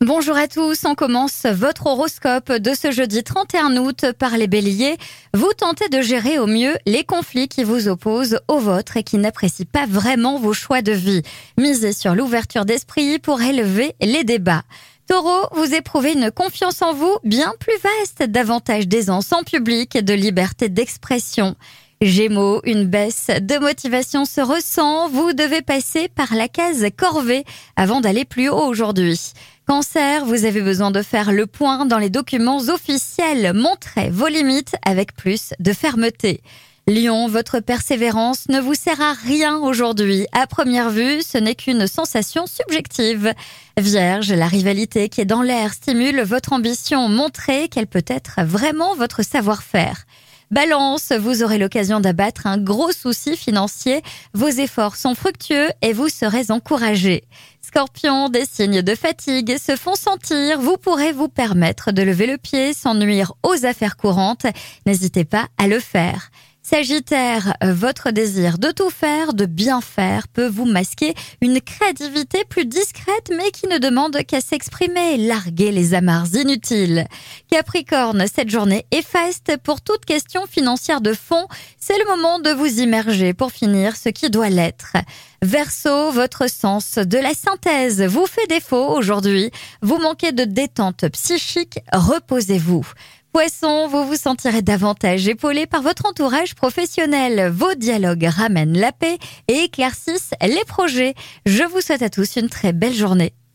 Bonjour à tous, on commence votre horoscope de ce jeudi 31 août par les béliers. Vous tentez de gérer au mieux les conflits qui vous opposent aux vôtres et qui n'apprécient pas vraiment vos choix de vie. Misez sur l'ouverture d'esprit pour élever les débats. Taureau, vous éprouvez une confiance en vous bien plus vaste, davantage d'aisance en public et de liberté d'expression. Gémeaux, une baisse de motivation se ressent, vous devez passer par la case corvée avant d'aller plus haut aujourd'hui. Cancer, vous avez besoin de faire le point dans les documents officiels, montrez vos limites avec plus de fermeté. Lion, votre persévérance ne vous sert à rien aujourd'hui. À première vue, ce n'est qu'une sensation subjective. Vierge, la rivalité qui est dans l'air stimule votre ambition. Montrez quel peut être vraiment votre savoir-faire. Balance, vous aurez l'occasion d'abattre un gros souci financier. Vos efforts sont fructueux et vous serez encouragé. Scorpion, des signes de fatigue se font sentir. Vous pourrez vous permettre de lever le pied sans nuire aux affaires courantes. N'hésitez pas à le faire. Sagittaire, votre désir de tout faire, de bien faire, peut vous masquer une créativité plus discrète mais qui ne demande qu'à s'exprimer. Larguez les amarres inutiles. Capricorne, cette journée est faste pour toute question financière de fond. C'est le moment de vous immerger pour finir ce qui doit l'être. Verseau, votre sens de la synthèse vous fait défaut aujourd'hui. Vous manquez de détente psychique, reposez-vous. Poisson, vous vous sentirez davantage épaulé par votre entourage professionnel. Vos dialogues ramènent la paix et éclaircissent les projets. Je vous souhaite à tous une très belle journée.